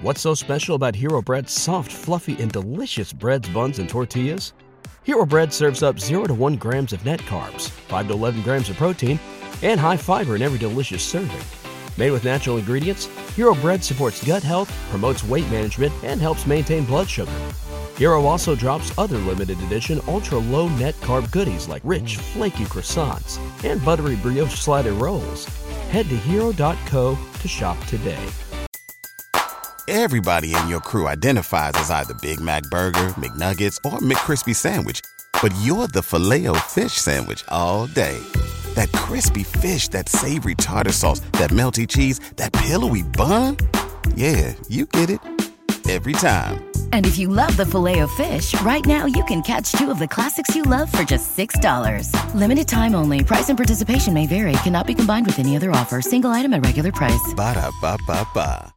What's so special about Hero Bread's soft, fluffy, and delicious breads, buns, and tortillas? Hero Bread serves up 0 to 1 grams of net carbs, 5 to 11 grams of protein, and high fiber in every delicious serving. Made with natural ingredients, Hero Bread supports gut health, promotes weight management, and helps maintain blood sugar. Hero also drops other limited edition ultra-low net carb goodies like rich, flaky croissants and buttery brioche slider rolls. Head to hero.co to shop today. Everybody in your crew identifies as either Big Mac Burger, McNuggets, or McCrispy Sandwich. But you're the Filet-O-Fish Sandwich all day. That crispy fish, that savory tartar sauce, that melty cheese, that pillowy bun. Yeah, you get it. Every time. And if you love the Filet-O-Fish, right now you can catch 2 of the classics you love for just $6. Limited time only. Price and participation may vary. Cannot be combined with any other offer. Single item at regular price. Ba-da-ba-ba-ba.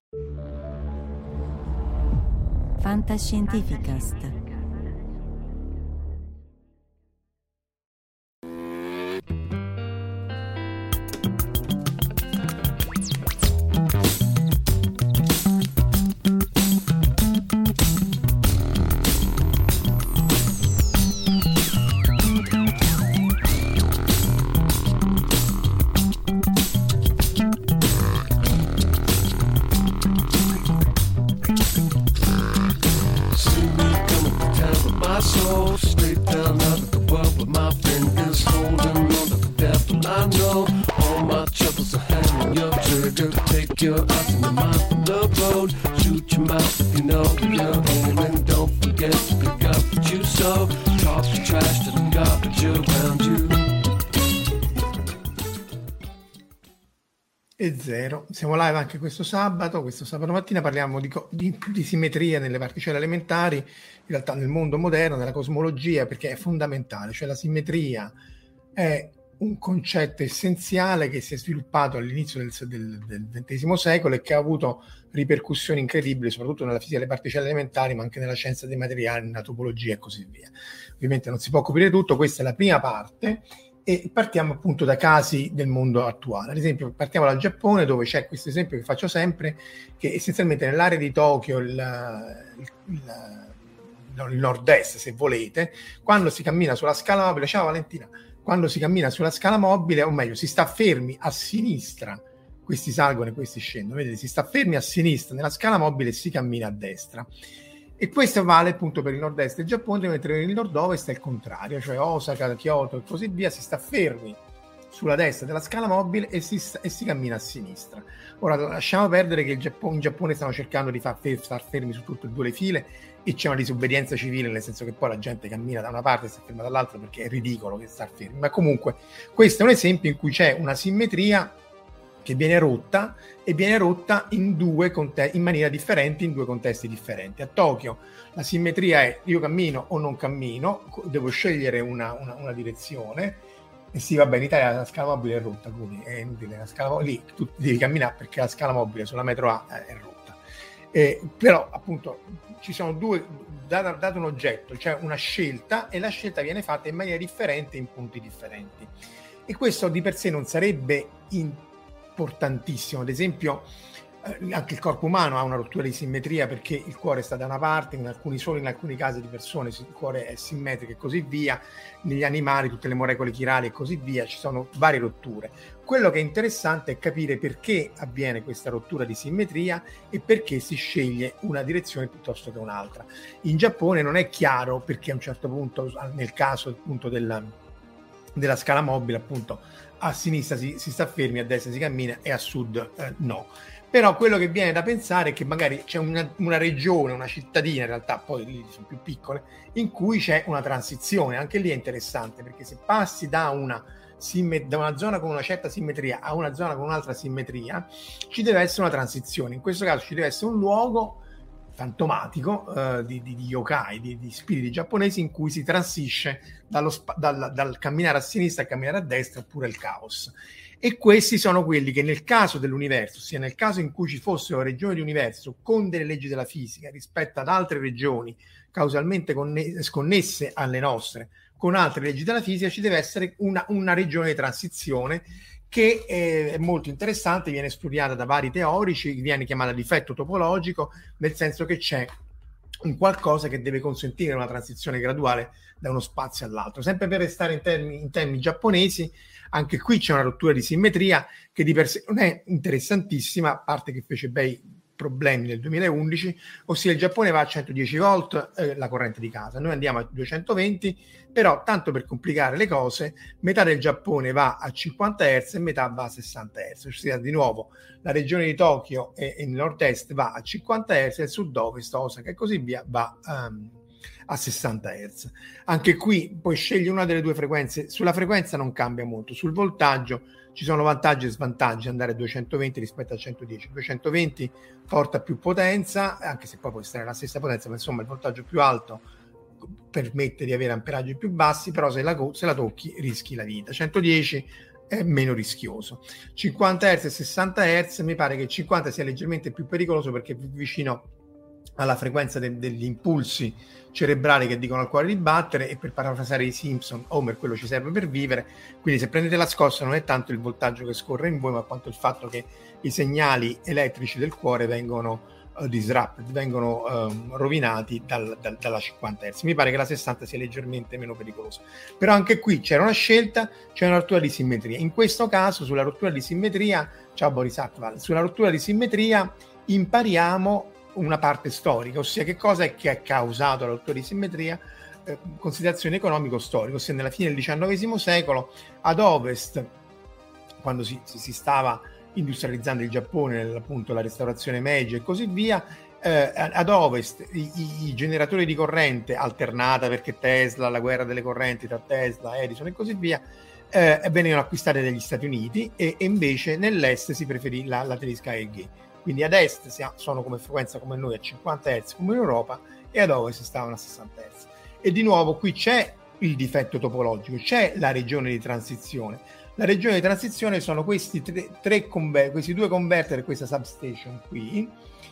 Fantascientificast. Your eyes in the mind from the road. Shoot your mouth if you know you're aiming. Don't forget to pick up what you sow. Talk the trash to the garbage around you. E zero. Siamo live anche questo sabato mattina parliamo di simmetria nelle particelle elementari, in realtà nel mondo moderno, nella cosmologia, perché è fondamentale, cioè la simmetria è un concetto essenziale che si è sviluppato all'inizio del XX secolo e che ha avuto ripercussioni incredibili, soprattutto nella fisica delle particelle elementari, ma anche nella scienza dei materiali, nella topologia e così via. Ovviamente non si può coprire tutto, questa è la prima parte e partiamo appunto da casi del mondo attuale. Ad esempio partiamo dal Giappone, dove c'è questo esempio che faccio sempre, che essenzialmente nell'area di Tokyo, il nord-est se volete, quando si cammina sulla scala mobile, ciao Valentina, quando si cammina sulla scala mobile, o meglio, si sta fermi a sinistra, questi salgono e questi scendono, vedete, si sta fermi a sinistra nella scala mobile e si cammina a destra. E questo vale appunto per il nord-est del Giappone, mentre per il nord-ovest è il contrario, cioè Osaka, Kyoto e così via, si sta fermi sulla destra della scala mobile e si cammina a sinistra. Ora lasciamo perdere che in Giappone stanno cercando di star fermi su tutte e 2 le file e c'è una disobbedienza civile, nel senso che poi la gente cammina da una parte e si ferma dall'altra perché è ridicolo che star fermi. Ma comunque questo è un esempio in cui c'è una simmetria che viene rotta e viene rotta in maniera differente, in 2 contesti differenti. A Tokyo la simmetria è: io cammino o non cammino, devo scegliere una direzione. E sì, vabbè, in Italia la scala mobile è rotta, quindi è inutile, la scala lì tu devi camminare perché la scala mobile sulla metro A è rotta. Però appunto ci sono 2, dato un oggetto, cioè una scelta, e la scelta viene fatta in maniera differente in punti differenti. E questo di per sé non sarebbe importantissimo. Ad esempio anche il corpo umano ha una rottura di simmetria perché il cuore sta da una parte, solo in alcuni casi di persone il cuore è simmetrico e così via, negli animali tutte le molecole chirali e così via, ci sono varie rotture. Quello che è interessante è capire perché avviene questa rottura di simmetria e perché si sceglie una direzione piuttosto che un'altra. In Giappone non è chiaro perché a un certo punto, nel caso appunto della scala mobile, appunto a sinistra si sta fermi, a destra si cammina e a sud no. Però quello che viene da pensare è che magari c'è una regione, una cittadina, in realtà poi lì sono più piccole, in cui c'è una transizione. Anche lì è interessante, perché se passi da una zona con una certa simmetria a una zona con un'altra simmetria, ci deve essere una transizione. In questo caso ci deve essere un luogo fantomatico di yokai, di spiriti giapponesi, in cui si transisce dal camminare a sinistra al camminare a destra, oppure il caos. E questi sono quelli che nel caso dell'universo, sia nel caso in cui ci fossero regioni di universo con delle leggi della fisica rispetto ad altre regioni causalmente sconnesse alle nostre, con altre leggi della fisica, ci deve essere una regione di transizione che è molto interessante, viene studiata da vari teorici, viene chiamata difetto topologico, nel senso che c'è un qualcosa che deve consentire una transizione graduale da uno spazio all'altro. Sempre per restare in termini giapponesi, anche qui c'è una rottura di simmetria che di per sé non è interessantissima, a parte che fece bei problemi nel 2011, ossia il Giappone va a 110 volt la corrente di casa, noi andiamo a 220, però tanto per complicare le cose, metà del Giappone va a 50 Hz e metà va a 60 Hz, ossia di nuovo la regione di Tokyo e il nord-est va a 50 Hz e il sud-ovest, Osaka e così via, va a 60 Hz. Anche qui puoi scegliere una delle due frequenze, sulla frequenza non cambia molto, sul voltaggio ci sono vantaggi e svantaggi andare a 220 rispetto a 110. 220 porta più potenza, anche se poi può essere la stessa potenza, ma insomma il voltaggio più alto permette di avere amperaggi più bassi, però se la tocchi rischi la vita. 110 è meno rischioso. 50 Hz e 60 Hz, mi pare che 50 sia leggermente più pericoloso perché è più vicino alla frequenza degli impulsi cerebrali che dicono al cuore di battere, e per parafrasare i Simpson, Homer, quello ci serve per vivere. Quindi se prendete la scossa non è tanto il voltaggio che scorre in voi, ma quanto il fatto che i segnali elettrici del cuore vengono disrupted, vengono rovinati dalla 50 Hz. Mi pare che la 60 sia leggermente meno pericolosa, però anche qui c'era una scelta, c'è una rottura di simmetria. In questo caso sulla rottura di simmetria, ciao Boris Atval, sulla rottura di simmetria impariamo una parte storica, ossia che cosa è che ha causato la rottura di simmetria, considerazione economico-storica, ossia nella fine del XIX secolo ad ovest, quando si stava industrializzando il Giappone, appunto la restaurazione Meiji e così via, ad ovest i generatori di corrente alternata, perché Tesla, la guerra delle correnti tra Tesla, Edison e così via, venivano acquistati dagli Stati Uniti, e invece nell'est si preferì la tedesca EG. Quindi ad est sono come frequenza come noi a 50 Hz come in Europa, e ad ovest stavano a 60 Hz. E di nuovo qui c'è il difetto topologico, c'è la regione di transizione. La regione di transizione sono questi questi due converter, questa substation qui,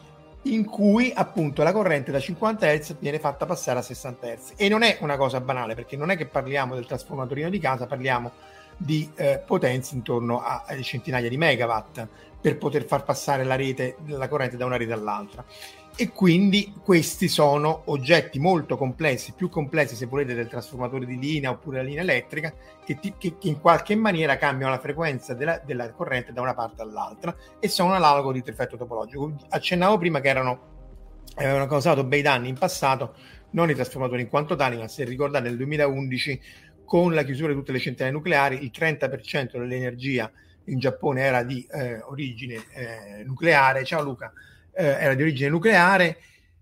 in cui appunto la corrente da 50 Hz viene fatta passare a 60 Hz. E non è una cosa banale, perché non è che parliamo del trasformatorino di casa, parliamo di potenze intorno a centinaia di megawatt per poter far passare la corrente da una rete all'altra. E quindi questi sono oggetti molto complessi, più complessi se volete del trasformatore di linea oppure la linea elettrica, che in qualche maniera cambiano la frequenza della corrente da una parte all'altra, e sono analogo di difetto topologico. Accennavo prima che avevano causato bei danni in passato, non i trasformatori in quanto tali, ma se ricordate nel 2011 con la chiusura di tutte le centrali nucleari il 30% dell'energia in Giappone era di origine nucleare. Ciao Luca. Era di origine nucleare,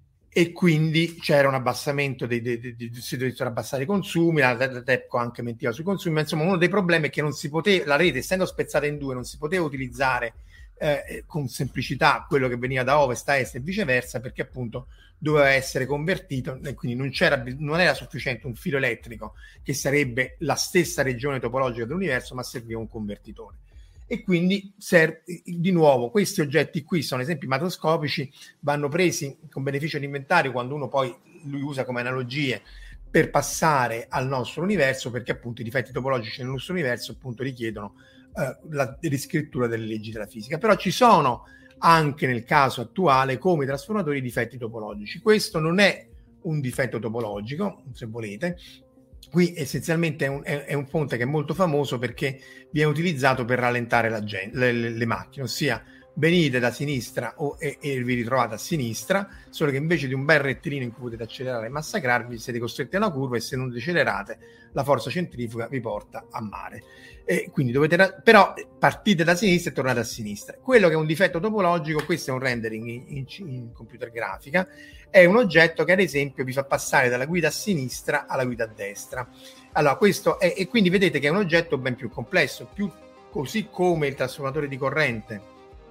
e quindi c'era un abbassamento si dovessero abbassare i consumi, la TEPCO anche mentiva sui consumi, ma insomma uno dei problemi è che non si poteva, la rete essendo spezzata in due non si poteva utilizzare con semplicità quello che veniva da ovest a est e viceversa, perché appunto doveva essere convertito, e quindi non era sufficiente un filo elettrico che sarebbe la stessa regione topologica dell'universo, ma serviva un convertitore. E quindi di nuovo questi oggetti qui sono esempi macroscopici, vanno presi con beneficio di inventario quando uno poi li usa come analogie per passare al nostro universo, perché appunto i difetti topologici nel nostro universo appunto richiedono la riscrittura delle leggi della fisica. Però ci sono anche nel caso attuale come trasformatori difetti topologici. Questo non è un difetto topologico, se volete. Qui essenzialmente è un ponte che è molto famoso perché viene utilizzato per rallentare le macchine, ossia venite da sinistra e vi ritrovate a sinistra, solo che invece di un bel rettilineo in cui potete accelerare e massacrarvi, siete costretti a una curva, e se non decelerate la forza centrifuga vi porta a mare. E quindi però partite da sinistra e tornate a sinistra. Quello che è un difetto topologico, questo è un rendering in computer grafica, è un oggetto che ad esempio vi fa passare dalla guida a sinistra alla guida a destra. Allora questo e quindi vedete che è un oggetto ben più complesso, così come il trasformatore di corrente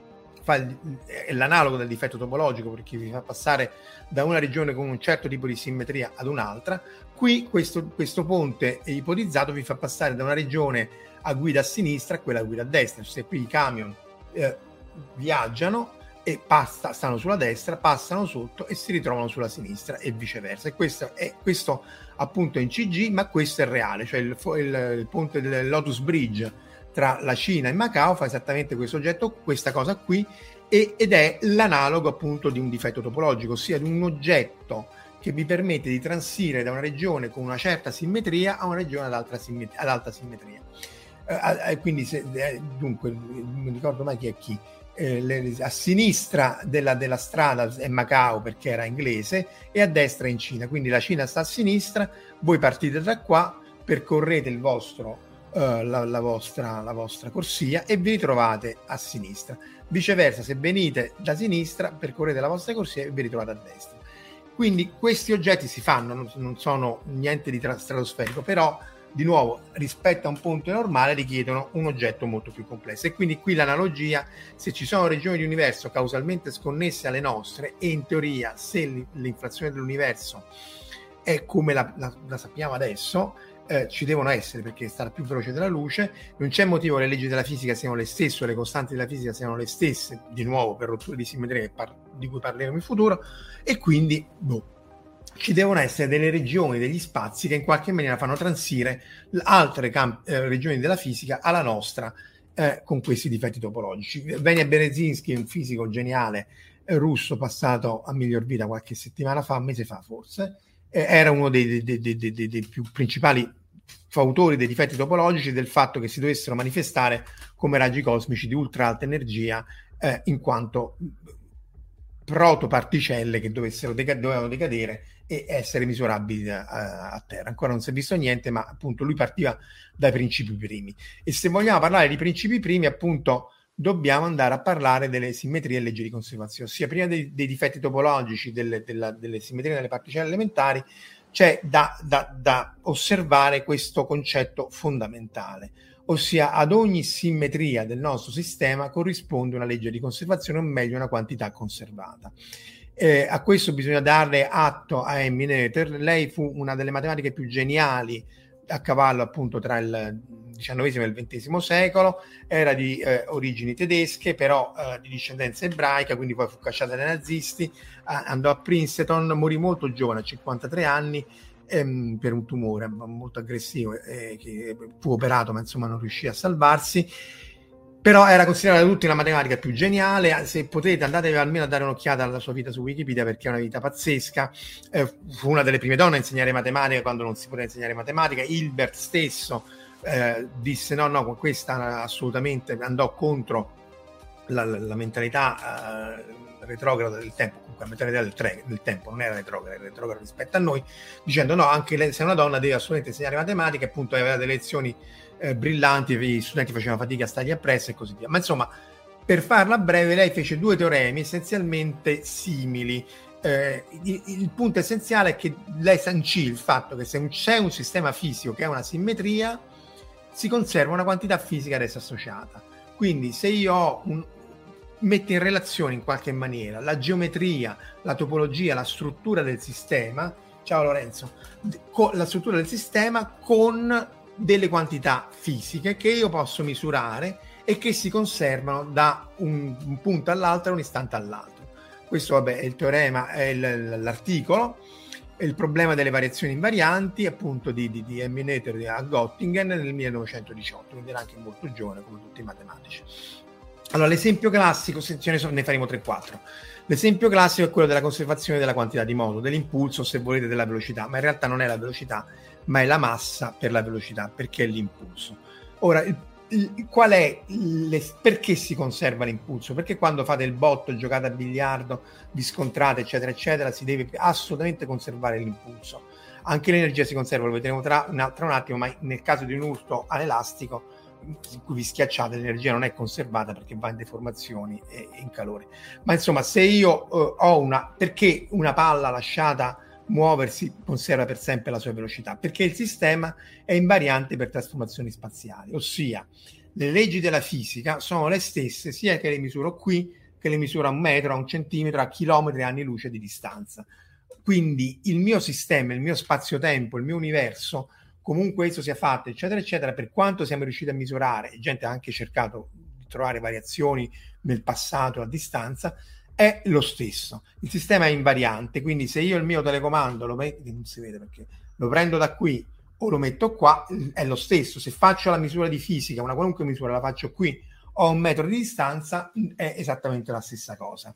è l'analogo del difetto topologico, perché vi fa passare da una regione con un certo tipo di simmetria ad un'altra. Qui questo ponte ipotizzato vi fa passare da una regione a guida a sinistra a quella a guida a destra. Se qui i camion viaggiano e stanno sulla destra, passano sotto e si ritrovano sulla sinistra e viceversa. E questo appunto è in CG, ma questo è reale, cioè il ponte del Lotus Bridge tra la Cina e Macao fa esattamente questo oggetto, questa cosa qui, ed è l'analogo appunto di un difetto topologico, ossia di un oggetto che vi permette di transire da una regione con una certa simmetria a una regione ad alta simmetria. Quindi dunque non mi ricordo mai chi è chi. A sinistra della strada è Macao perché era inglese e a destra è in Cina, quindi la Cina sta a sinistra, voi partite da qua, percorrete il vostro la vostra corsia e vi ritrovate a sinistra. Viceversa, se venite da sinistra, percorrete la vostra corsia e vi ritrovate a destra. Quindi questi oggetti si fanno, non sono niente di stratosferico, però di nuovo rispetto a un punto normale richiedono un oggetto molto più complesso. E quindi qui l'analogia: se ci sono regioni di universo causalmente sconnesse alle nostre, e in teoria se l'inflazione dell'universo è come la sappiamo adesso, ci devono essere, perché sarà più veloce della luce, non c'è motivo che le leggi della fisica siano le stesse o le costanti della fisica siano le stesse, di nuovo per rotture di simmetria di cui parleremo in futuro, e quindi ci devono essere delle regioni, degli spazi che in qualche maniera fanno transire altre regioni della fisica alla nostra con questi difetti topologici. Venia Berezinski, un fisico geniale russo passato a miglior vita qualche settimana fa, un mese fa forse, era uno dei più principali fautori dei difetti topologici, del fatto che si dovessero manifestare come raggi cosmici di ultra alta energia in quanto protoparticelle che dovevano decadere e essere misurabili a terra. Ancora non si è visto niente, ma appunto lui partiva dai principi primi, e se vogliamo parlare di principi primi appunto dobbiamo andare a parlare delle simmetrie e leggi di conservazione, ossia prima dei difetti topologici delle simmetrie delle particelle elementari c'è da osservare questo concetto fondamentale, ossia ad ogni simmetria del nostro sistema corrisponde una legge di conservazione, o meglio una quantità conservata. A questo bisogna dare atto a Emmy Noether. Lei fu una delle matematiche più geniali a cavallo appunto tra il XIX e il XX secolo, era di origini tedesche, però di discendenza ebraica, quindi poi fu cacciata dai nazisti, andò a Princeton, morì molto giovane, a 53 anni, per un tumore molto aggressivo, che fu operato ma insomma non riuscì a salvarsi. Però era considerata da tutti la matematica più geniale. Se potete andatevi almeno a dare un'occhiata alla sua vita su Wikipedia, perché è una vita pazzesca. Fu una delle prime donne a insegnare matematica quando non si poteva insegnare matematica. Hilbert stesso disse no, questa assolutamente andò contro la mentalità retrograda del tempo. Comunque la mentalità del tempo non era retrograda, era retrograda rispetto a noi, dicendo no, anche lei, se è una donna deve assolutamente insegnare matematica. Appunto aveva delle lezioni brillanti, gli studenti facevano fatica a stargli appresso e così via. Ma insomma, per farla breve, lei fece due teoremi essenzialmente simili. Il punto essenziale è che lei sancì il fatto che se c'è un sistema fisico che ha una simmetria, si conserva una quantità fisica ad essa associata. Quindi se io metto in relazione in qualche maniera la geometria, la topologia, la struttura del sistema, ciao Lorenzo, la struttura del sistema con delle quantità fisiche che io posso misurare e che si conservano da un punto all'altro, un istante all'altro. Questo vabbè è il teorema, è l'articolo. Il problema delle variazioni invarianti appunto di Emmy Noether a Göttingen nel 1918, quindi era anche molto giovane come tutti i matematici. Allora, l'esempio classico, ne faremo 3-4. L'esempio classico è quello della conservazione della quantità di moto, dell'impulso, se volete della velocità, ma in realtà non è la velocità, ma è la massa per la velocità, perché è l'impulso. Ora, perché si conserva l'impulso? Perché quando fate il botto, giocate a biliardo, vi scontrate, eccetera, eccetera, si deve assolutamente conservare l'impulso. Anche l'energia si conserva, lo vedremo tra un attimo, ma nel caso di un urto all'elastico, in cui vi schiacciate, l'energia non è conservata perché va in deformazioni e in calore. Ma insomma, se io ho perché una palla lasciata muoversi conserva per sempre la sua velocità? Perché il sistema è invariante per trasformazioni spaziali, ossia le leggi della fisica sono le stesse sia che le misuro qui, che le misuro a 1 metro, a 1 centimetro, a chilometri, anni luce di distanza. Quindi il mio sistema, il mio spazio-tempo, il mio universo, comunque esso sia fatto, eccetera, eccetera, per quanto siamo riusciti a misurare, e gente ha anche cercato di trovare variazioni nel passato a distanza, è lo stesso. Il sistema è invariante, quindi se io il mio telecomando non si vede perché lo prendo da qui o lo metto qua, è lo stesso. Se faccio la misura di fisica, una qualunque misura la faccio qui, ho 1 metro di distanza, è esattamente la stessa cosa.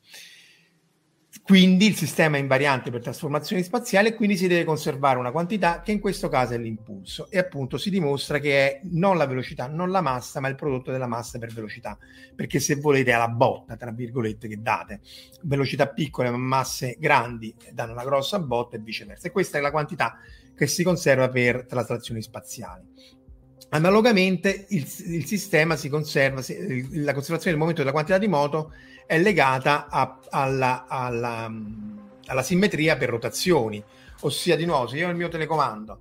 Quindi il sistema è invariante per trasformazioni spaziali e quindi si deve conservare una quantità che in questo caso è l'impulso, e appunto si dimostra che è non la velocità, non la massa, ma il prodotto della massa per velocità, perché se volete è la botta, tra virgolette, che date. Velocità piccole ma masse grandi danno una grossa botta e viceversa, e questa è la quantità che si conserva per traslazioni spaziali. Analogamente il sistema si conserva, la conservazione del momento della quantità di moto è legata alla simmetria per rotazioni, ossia di nuovo se io il mio telecomando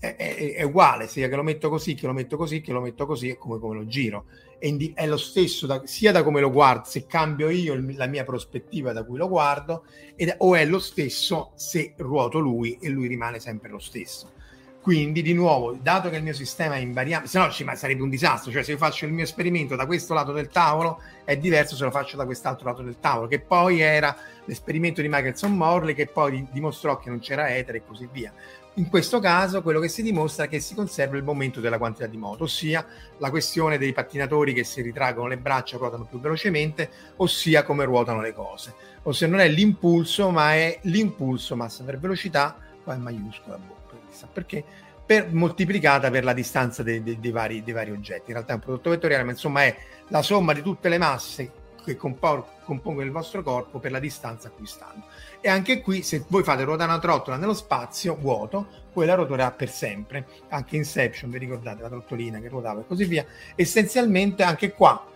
è uguale sia che lo metto così, che lo metto così, che lo metto così, e come lo giro è lo stesso sia da come lo guardo, se cambio io la mia prospettiva da cui lo guardo, o è lo stesso se ruoto lui e lui rimane sempre lo stesso. Quindi, di nuovo, dato che il mio sistema è invariante, se no sarebbe un disastro, cioè se io faccio il mio esperimento da questo lato del tavolo è diverso se lo faccio da quest'altro lato del tavolo, che poi era l'esperimento di Michelson-Morley, che poi dimostrò che non c'era etere e così via. In questo caso quello che si dimostra è che si conserva il momento della quantità di moto, ossia la questione dei pattinatori che si ritraggono le braccia e ruotano più velocemente, ossia come ruotano le cose. Ossia non è l'impulso, ma è l'impulso massa per velocità, qua è maiuscola, perché moltiplicata per la distanza dei vari oggetti. In realtà è un prodotto vettoriale, ma insomma è la somma di tutte le masse che compongono il vostro corpo per la distanza a cui stanno. E anche qui, se voi fate ruotare una trottola nello spazio vuoto, poi la rotorerà per sempre. Anche Inception, vi ricordate la trottolina che ruotava e così via. Essenzialmente anche qua,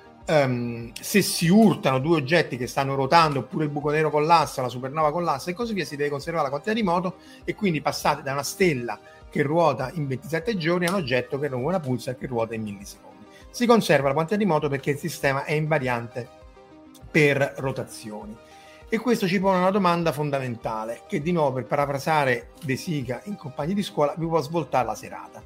se si urtano 2 oggetti che stanno ruotando, oppure il buco nero collassa, la supernova collassa e così via, si deve conservare la quantità di moto, e quindi passate da una stella che ruota in 27 giorni a un oggetto che ruota una pulsar che ruota in millisecondi. Si conserva la quantità di moto perché il sistema è invariante per rotazioni. E questo ci pone una domanda fondamentale che, di nuovo, per parafrasare De Sica in Compagni di scuola, vi può svoltare la serata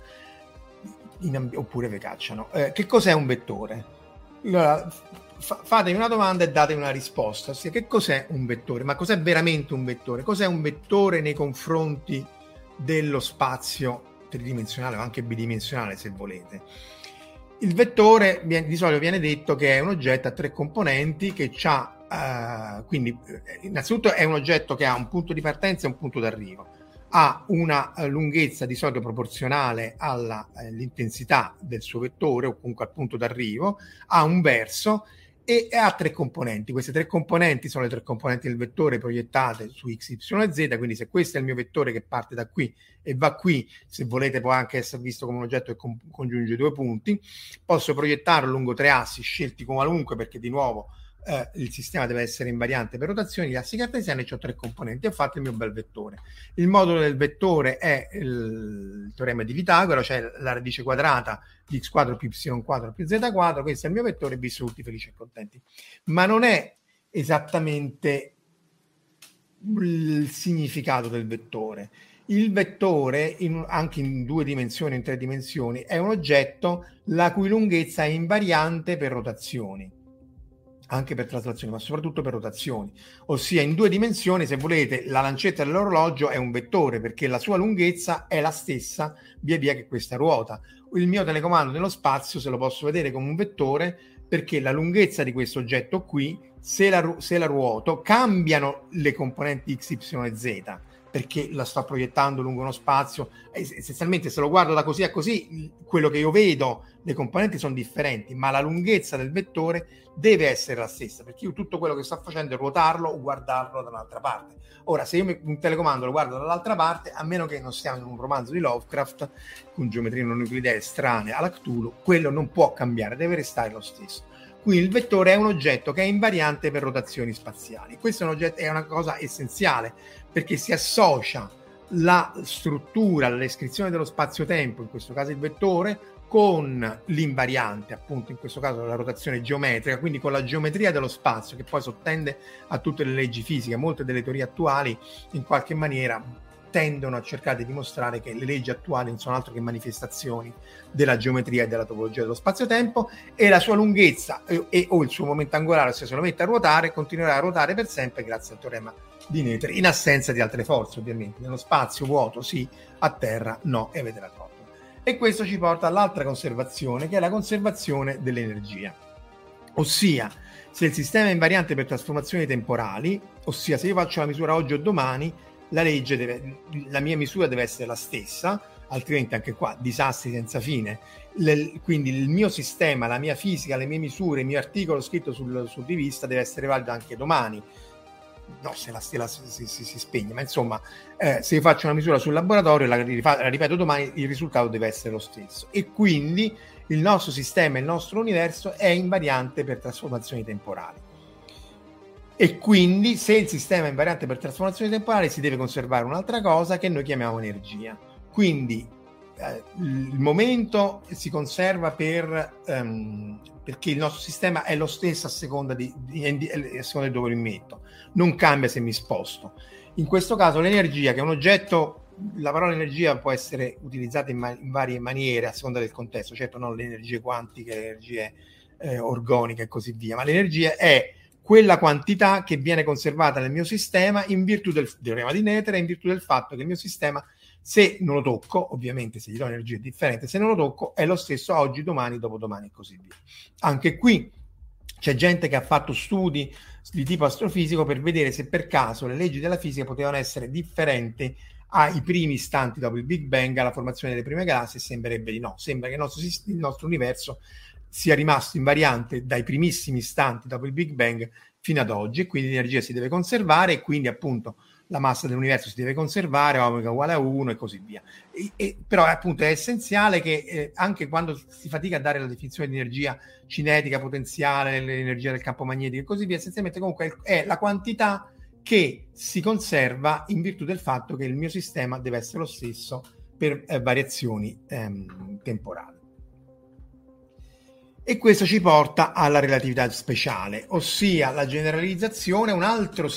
oppure vi cacciano. Che cos'è un vettore? Allora, fatevi una domanda e datevi una risposta, ossia che cos'è un vettore, ma cos'è veramente un vettore, cos'è un vettore nei confronti dello spazio tridimensionale o anche bidimensionale, se volete. Il vettore di solito viene detto che è un oggetto a 3 componenti che quindi innanzitutto è un oggetto che ha un punto di partenza e un punto d'arrivo, ha una lunghezza di solito proporzionale all'intensità del suo vettore o comunque al punto d'arrivo, ha un verso e ha 3 componenti. Queste 3 componenti sono le 3 componenti del vettore proiettate su x, y e z, quindi se questo è il mio vettore che parte da qui e va qui, se volete può anche essere visto come un oggetto che congiunge 2 punti, posso proiettarlo lungo 3 assi scelti qualunque, perché di nuovo il sistema deve essere invariante per rotazioni, gli assi cartesiani, e ho 3 componenti, ho fatto il mio bel vettore. Il modulo del vettore è il teorema di Pitagora, cioè la radice quadrata di x quadro più y quadro più z quadro. Questo è il mio vettore, vi sono tutti felici e contenti. Ma non è esattamente il significato del vettore. Il vettore, anche in 2 dimensioni, in 3 dimensioni, è un oggetto la cui lunghezza è invariante per rotazioni, anche per traslazioni, ma soprattutto per rotazioni. Ossia, in 2 dimensioni, se volete, la lancetta dell'orologio è un vettore perché la sua lunghezza è la stessa via via che questa ruota. Il mio telecomando nello spazio se lo posso vedere come un vettore perché la lunghezza di questo oggetto qui, se la ruoto, cambiano le componenti x, y e z, perché la sto proiettando lungo uno spazio. Essenzialmente, se lo guardo da così a così, quello che io vedo, le componenti sono differenti, ma la lunghezza del vettore deve essere la stessa, perché io tutto quello che sto facendo è ruotarlo o guardarlo da un'altra parte. Ora, se io un telecomando lo guardo dall'altra parte, a meno che non siamo in un romanzo di Lovecraft con geometrie non euclidee strane alla Cthulhu, quello non può cambiare, deve restare lo stesso. Quindi il vettore è un oggetto che è invariante per rotazioni spaziali. Questo è una cosa essenziale, perché si associa la struttura, la descrizione dello spazio-tempo, in questo caso il vettore, con l'invariante, appunto in questo caso la rotazione geometrica, quindi con la geometria dello spazio, che poi sottende a tutte le leggi fisiche. Molte delle teorie attuali in qualche maniera tendono a cercare di dimostrare che le leggi attuali non sono altro che manifestazioni della geometria e della topologia dello spazio-tempo, e la sua lunghezza o il suo momento angolare, se lo mette a ruotare, continuerà a ruotare per sempre grazie al teorema di Noether, in assenza di altre forze ovviamente. Nello spazio vuoto sì, a terra no, e avete raccolto. E questo ci porta all'altra conservazione, che è la conservazione dell'energia. Ossia, se il sistema è invariante per trasformazioni temporali, ossia se io faccio la misura oggi o domani, la mia misura deve essere la stessa, altrimenti anche qua disastri senza fine. Quindi il mio sistema, la mia fisica, le mie misure, il mio articolo scritto sul rivista deve essere valido anche domani. No, se la stella si spegne, ma insomma, se io faccio una misura sul laboratorio, la ripeto domani, il risultato deve essere lo stesso. E quindi il nostro sistema, il nostro universo è invariante per trasformazioni temporali. E quindi se il sistema è invariante per trasformazioni temporali, si deve conservare un'altra cosa che noi chiamiamo energia. Quindi il momento si conserva perché il nostro sistema è lo stesso a seconda di dove lo metto, non cambia se mi sposto. In questo caso l'energia, che è un oggetto, la parola energia può essere utilizzata in varie maniere a seconda del contesto, certo non le energie quantiche, le energie orgoniche e così via, ma l'energia è quella quantità che viene conservata nel mio sistema in virtù del teorema di Noether e in virtù del fatto che il mio sistema, se non lo tocco, ovviamente se gli do energia è differente, se non lo tocco è lo stesso oggi, domani, dopodomani e così via. Anche qui c'è gente che ha fatto studi di tipo astrofisico per vedere se per caso le leggi della fisica potevano essere differenti ai primi istanti dopo il Big Bang, alla formazione delle prime galassie. Sembrerebbe di no, sembra che il nostro universo sia rimasto invariante dai primissimi istanti dopo il Big Bang fino ad oggi, e quindi l'energia si deve conservare, e quindi appunto la massa dell'universo si deve conservare, omega uguale a 1 e così via. Però appunto è essenziale che anche quando si fatica a dare la definizione di energia cinetica, potenziale, l'energia del campo magnetico e così via, essenzialmente comunque è la quantità che si conserva in virtù del fatto che il mio sistema deve essere lo stesso per variazioni temporali. E questo ci porta alla relatività speciale, ossia la generalizzazione, un'altra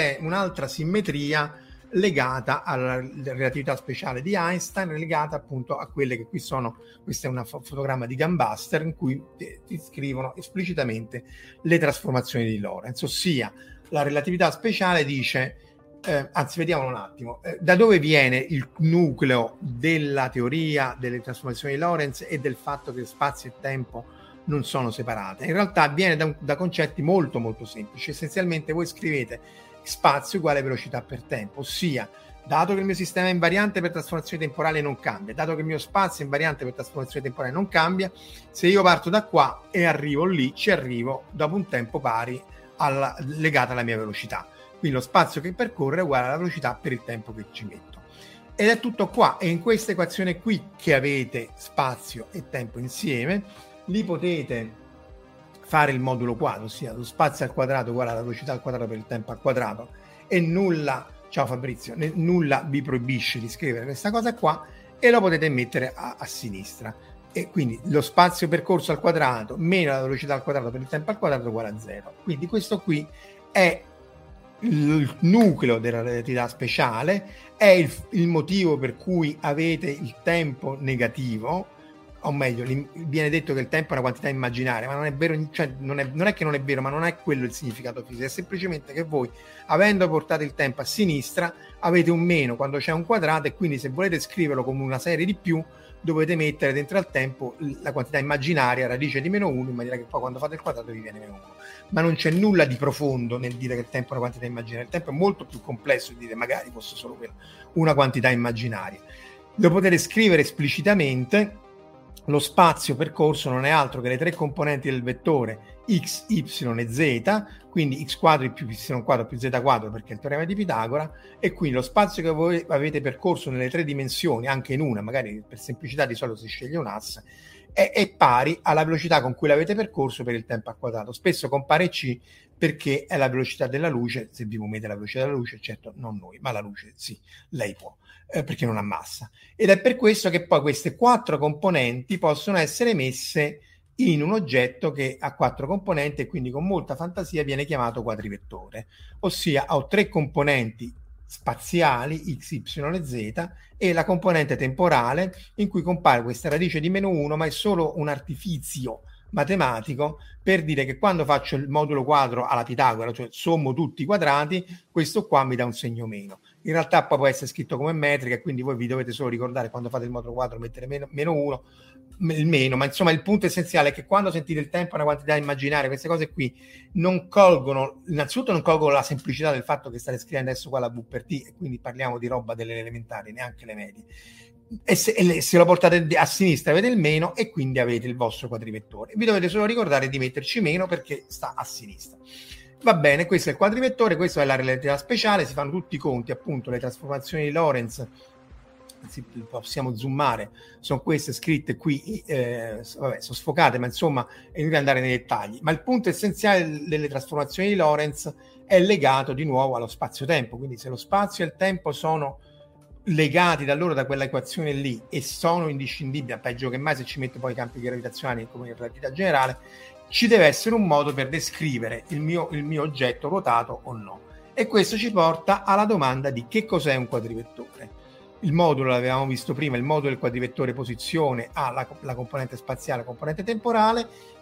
simmetria legata alla relatività speciale di Einstein, legata appunto a quelle che qui sono. Questo è un fotogramma di Gambaster in cui ti scrivono esplicitamente le trasformazioni di Lorentz, ossia la relatività speciale dice, anzi vediamolo un attimo, da dove viene il nucleo della teoria delle trasformazioni di Lorentz e del fatto che spazio e tempo non sono separate. In realtà viene da concetti molto molto semplici. Essenzialmente voi scrivete spazio uguale velocità per tempo, ossia dato che il mio sistema è invariante per trasformazione temporale non cambia, dato che il mio spazio è invariante per trasformazione temporale non cambia, se io parto da qua e arrivo lì, ci arrivo dopo un tempo pari legata alla mia velocità. Quindi lo spazio che percorre è uguale alla velocità per il tempo che ci metto. Ed è tutto qua. E in questa equazione qui che avete spazio e tempo insieme, lì potete fare il modulo quadro, ossia lo spazio al quadrato uguale alla velocità al quadrato per il tempo al quadrato, e nulla, ciao Fabrizio, nulla vi proibisce di scrivere questa cosa qua, e lo potete mettere a sinistra. E quindi lo spazio percorso al quadrato meno la velocità al quadrato per il tempo al quadrato uguale a 0. Quindi questo qui è il nucleo della relatività speciale, è il motivo per cui avete il tempo negativo, o meglio, viene detto che il tempo è una quantità immaginaria, ma non è vero, cioè non è che non è vero, ma non è quello il significato fisico, è semplicemente che voi, avendo portato il tempo a sinistra, avete un meno quando c'è un quadrato, e quindi se volete scriverlo come una serie di più, dovete mettere dentro al tempo la quantità immaginaria, radice di meno 1, in maniera che poi quando fate il quadrato vi viene meno 1. Ma non c'è nulla di profondo nel dire che il tempo è una quantità immaginaria, il tempo è molto più complesso di dire magari fosse solo quella, una quantità immaginaria. Lo potete scrivere esplicitamente. Lo spazio percorso non è altro che le tre componenti del vettore x, y e z, quindi x quadro più y quadro più z quadro, perché è il teorema di Pitagora, e quindi lo spazio che voi avete percorso nelle tre dimensioni, anche in una, magari per semplicità di solito si sceglie un asse, è pari alla velocità con cui l'avete percorso per il tempo al quadrato. Spesso compare c perché è la velocità della luce, se vi muovete la velocità della luce, certo non noi, ma la luce sì, lei può. Perché non ha massa, ed è per questo che poi queste quattro componenti possono essere messe in un oggetto che ha quattro componenti e quindi con molta fantasia viene chiamato quadrivettore, ossia ho tre componenti spaziali x, y e z e la componente temporale in cui compare questa radice di meno 1, ma è solo un artifizio matematico per dire che quando faccio il modulo quadro alla Pitagora, cioè sommo tutti i quadrati, questo qua mi dà un segno meno. In realtà poi può essere scritto come metrica, quindi voi vi dovete solo ricordare quando fate il modulo quadro mettere meno 1, il meno, ma insomma il punto essenziale è che quando sentite il tempo, una quantità immaginaria, queste cose qui non colgono, innanzitutto non colgono la semplicità del fatto che state scrivendo adesso qua la V per T, e quindi parliamo di roba delle elementari, neanche le medie. E se lo portate a sinistra avete il meno e quindi avete il vostro quadrivettore. Vi dovete solo ricordare di metterci meno perché sta a sinistra. Va bene, questo è il quadrivettore, questa è la relatività speciale, si fanno tutti i conti, appunto le trasformazioni di Lorentz, possiamo zoomare, sono queste scritte qui, sono sfocate, ma insomma è inutile andare nei dettagli. Ma il punto essenziale delle trasformazioni di Lorentz è legato di nuovo allo spazio-tempo, quindi se lo spazio e il tempo sono legati da loro, da quella equazione lì, e sono indiscindibili, peggio che mai se ci metto poi i campi gravitazionali come relatività generale, ci deve essere un modo per descrivere il mio oggetto ruotato o no. E questo ci porta alla domanda di che cos'è un quadrivettore. Il modulo l'avevamo visto prima, il modulo del quadrivettore posizione ha la componente spaziale, la componente temporale,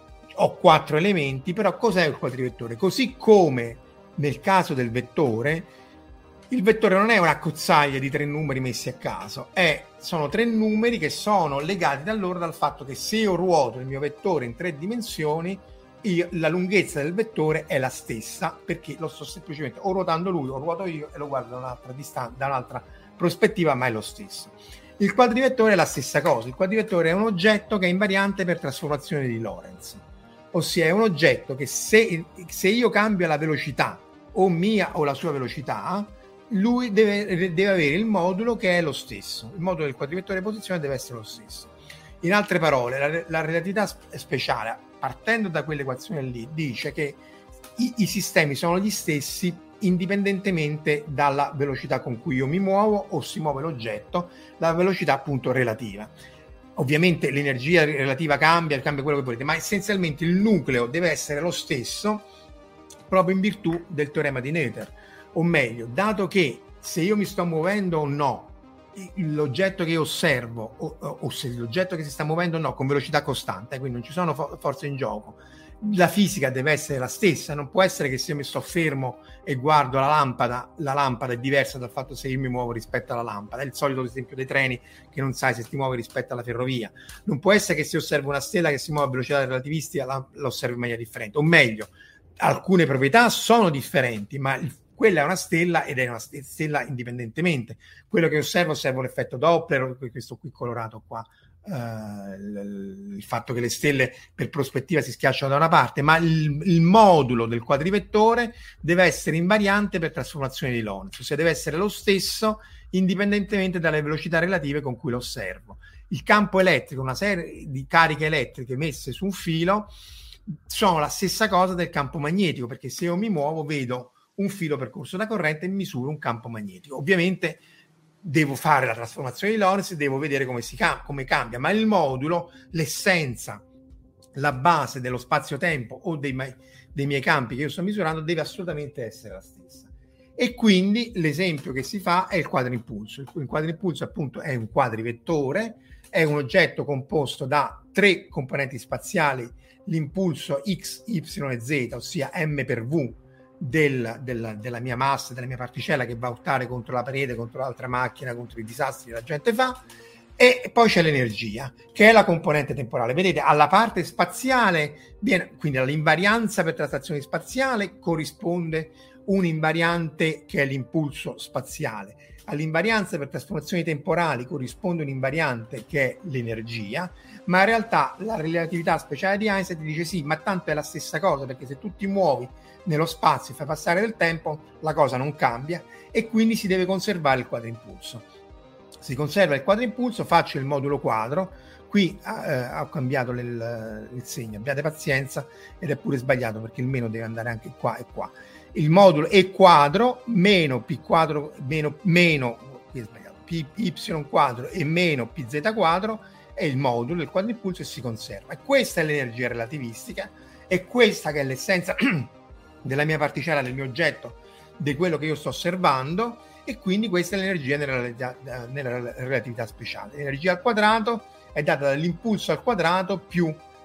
ho 4 elementi, però cos'è il quadrivettore? Così come nel caso del vettore, il vettore non è una cozzaglia di 3 numeri messi a caso, sono 3 numeri che sono legati da loro dal fatto che se io ruoto il mio vettore in 3 dimensioni, la lunghezza del vettore è la stessa, perché lo sto semplicemente o ruotando lui o ruoto io e lo guardo da un'altra distanza, da un'altra prospettiva, ma è lo stesso. Il quadrivettore è la stessa cosa, il quadrivettore è un oggetto che è invariante per trasformazione di Lorentz, ossia è un oggetto che se io cambio la velocità o mia o la sua velocità, lui deve avere il modulo che è lo stesso, il modulo del quadrivettore posizione deve essere lo stesso. In altre parole, la relatività speciale, partendo da quell'equazione lì, dice che i sistemi sono gli stessi indipendentemente dalla velocità con cui io mi muovo o si muove l'oggetto, la velocità appunto relativa. Ovviamente l'energia relativa cambia quello che volete, ma essenzialmente il nucleo deve essere lo stesso proprio in virtù del teorema di Noether. O meglio, dato che se io mi sto muovendo o no, l'oggetto che osservo o se l'oggetto che si sta muovendo o no con velocità costante, quindi non ci sono forze in gioco, la fisica deve essere la stessa, non può essere che se io mi sto fermo e guardo la lampada è diversa dal fatto se io mi muovo rispetto alla lampada. È il solito esempio dei treni che non sai se ti muovi rispetto alla ferrovia. Non può essere che se osservo una stella che si muove a velocità relativistica la osservo in maniera differente, o meglio, alcune proprietà sono differenti, ma quella è una stella ed è una stella indipendentemente. Quello che osservo l'effetto Doppler, questo qui colorato qua, il fatto che le stelle per prospettiva si schiacciano da una parte, ma il modulo del quadrivettore deve essere invariante per trasformazione di Lorentz, ossia deve essere lo stesso indipendentemente dalle velocità relative con cui lo osservo. Il campo elettrico, una serie di cariche elettriche messe su un filo, sono la stessa cosa del campo magnetico, perché se io mi muovo vedo un filo percorso da corrente e misuro un campo magnetico. Ovviamente devo fare la trasformazione di Lorentz, devo vedere come cambia, ma il modulo, l'essenza, la base dello spazio-tempo o dei miei campi che io sto misurando deve assolutamente essere la stessa. E quindi l'esempio che si fa è il quadrimpulso. Il quadrimpulso appunto è un quadrivettore, è un oggetto composto da 3 componenti spaziali, l'impulso x, y e z, ossia m per v, della mia massa, della mia particella che va a urtare contro la parete, contro l'altra macchina, contro i disastri che la gente fa, e poi c'è l'energia che è la componente temporale. Vedete, alla parte spaziale quindi all'invarianza per traslazione spaziale corrisponde un invariante che è l'impulso spaziale, all'invarianza per trasformazioni temporali corrisponde un invariante che è l'energia, ma in realtà la relatività speciale di Einstein ti dice sì, ma tanto è la stessa cosa, perché se tu ti muovi nello spazio e fai passare del tempo, la cosa non cambia e quindi si deve conservare il quadrimpulso. Si conserva il quadrimpulso, faccio il modulo quadro, qui ho cambiato il segno, abbiate pazienza, ed è pure sbagliato perché il meno deve andare anche qua e qua. Il modulo E quadro meno P quadro meno qui è sbagliato, PY quadro e meno PZ quadro è il modulo del quadrimpulso e si conserva. E questa è l'energia relativistica, e questa che è l'essenza della mia particella, del mio oggetto, di quello che io sto osservando, e quindi questa è l'energia nella relatività speciale. L'energia al quadrato è data dall'impulso al quadrato più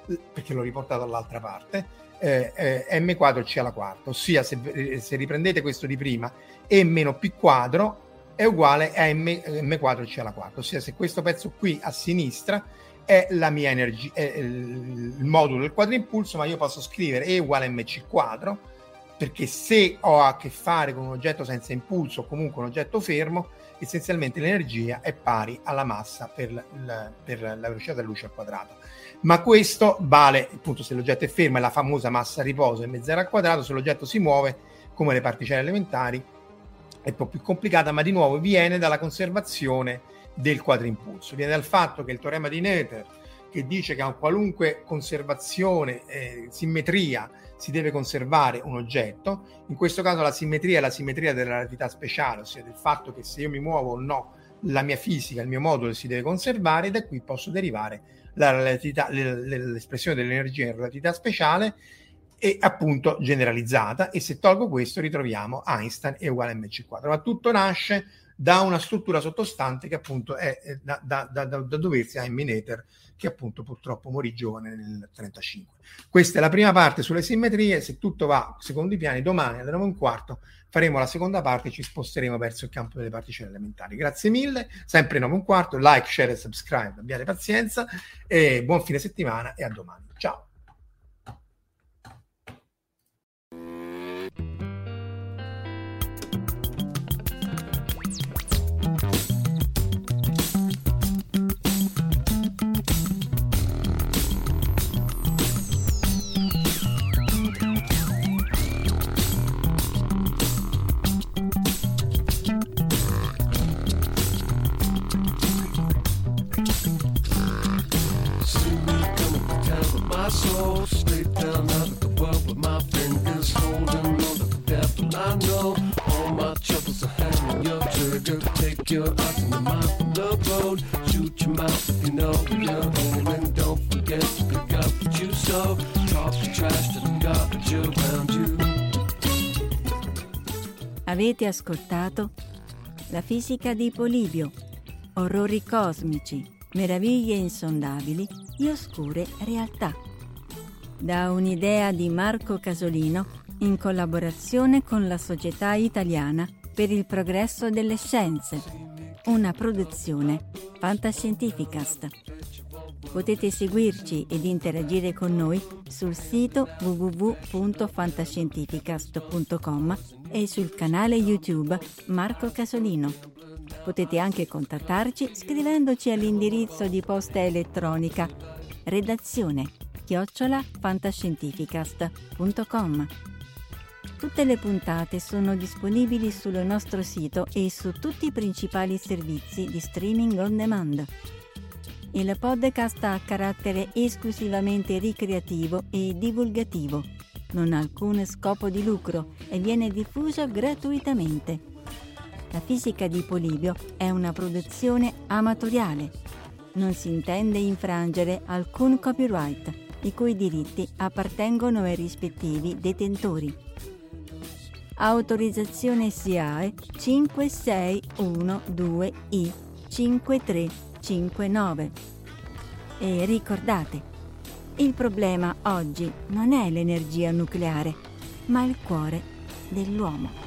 perché l'ho riportato dall'altra parte, m quadro c alla quarta, ossia se riprendete questo di prima, e meno p quadro è uguale a m quadro c alla quarta, ossia se questo pezzo qui a sinistra è la mia energia, è il modulo del quadrimpulso, ma io posso scrivere E uguale a mc quadro, perché se ho a che fare con un oggetto senza impulso o comunque un oggetto fermo, essenzialmente l'energia è pari alla massa per la velocità della luce al quadrato. Ma questo vale appunto se l'oggetto è fermo, è la famosa massa a riposo m0 al quadrato. Se l'oggetto si muove, come le particelle elementari, è un po' più complicata, ma di nuovo viene dalla conservazione del quadrimpulso, viene dal fatto che il teorema di Noether, che dice che a qualunque conservazione, simmetria, si deve conservare un oggetto. In questo caso la simmetria è la simmetria della relatività speciale, ossia del fatto che se io mi muovo o no, la mia fisica, il mio modulo si deve conservare, e da qui posso derivare la relatività, l'espressione dell'energia in relatività speciale e appunto generalizzata, e se tolgo questo ritroviamo Einstein è uguale a mc quadro. Ma tutto nasce da una struttura sottostante che appunto è da doversi a M. Noether, che appunto purtroppo morì giovane nel 1935. Questa è la prima parte sulle simmetrie. Se tutto va secondo i piani, domani alle 9:15 faremo la seconda parte e ci sposteremo verso il campo delle particelle elementari. Grazie mille, sempre 9:15, like, share e subscribe, abbiate pazienza, e buon fine settimana e a domani. Ciao! Soul straight down out of the world with my fingers holding on to the devil. I know all my troubles are hanging your trigger. Take your eyes and your mind from the road. Shoot your mouth if you know you're aiming. Don't forget to pick up what you sow. Talk the trash to the garbage around you. Avete ascoltato La fisica di Polibio, orrori cosmici, meraviglie insondabili e oscure realtà. Da un'idea di Marco Casolino in collaborazione con la Società Italiana per il Progresso delle Scienze, una produzione Fantascientificast. Potete seguirci ed interagire con noi sul sito www.fantascientificast.com e sul canale YouTube Marco Casolino. Potete anche contattarci scrivendoci all'indirizzo di posta elettronica redazione@fantascientificast.com. Tutte le puntate sono disponibili sul nostro sito e su tutti i principali servizi di streaming on demand. Il podcast ha carattere esclusivamente ricreativo e divulgativo, non ha alcun scopo di lucro e viene diffuso gratuitamente. La fisica di Polibio è una produzione amatoriale. Non si intende infrangere alcun copyright, i cui diritti appartengono ai rispettivi detentori. Autorizzazione SIAE 5612I 5359. E ricordate, il problema oggi non è l'energia nucleare, ma il cuore dell'uomo.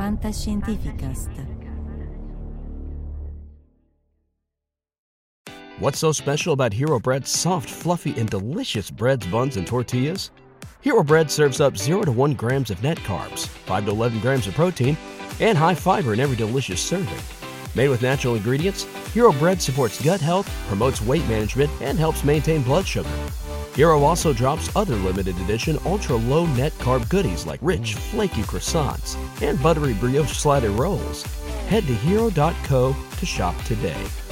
Fantascientificast. What's so special about Hero Bread's soft, fluffy, and delicious breads, buns, and tortillas? Hero Bread serves up 0 to 1 grams of net carbs, 5 to 11 grams of protein, and high fiber in every delicious serving. Made with natural ingredients, Hero Bread supports gut health, promotes weight management, and helps maintain blood sugar. Hero also drops other limited edition ultra-low net carb goodies like rich, flaky croissants and buttery brioche slider rolls. Head to hero.co to shop today.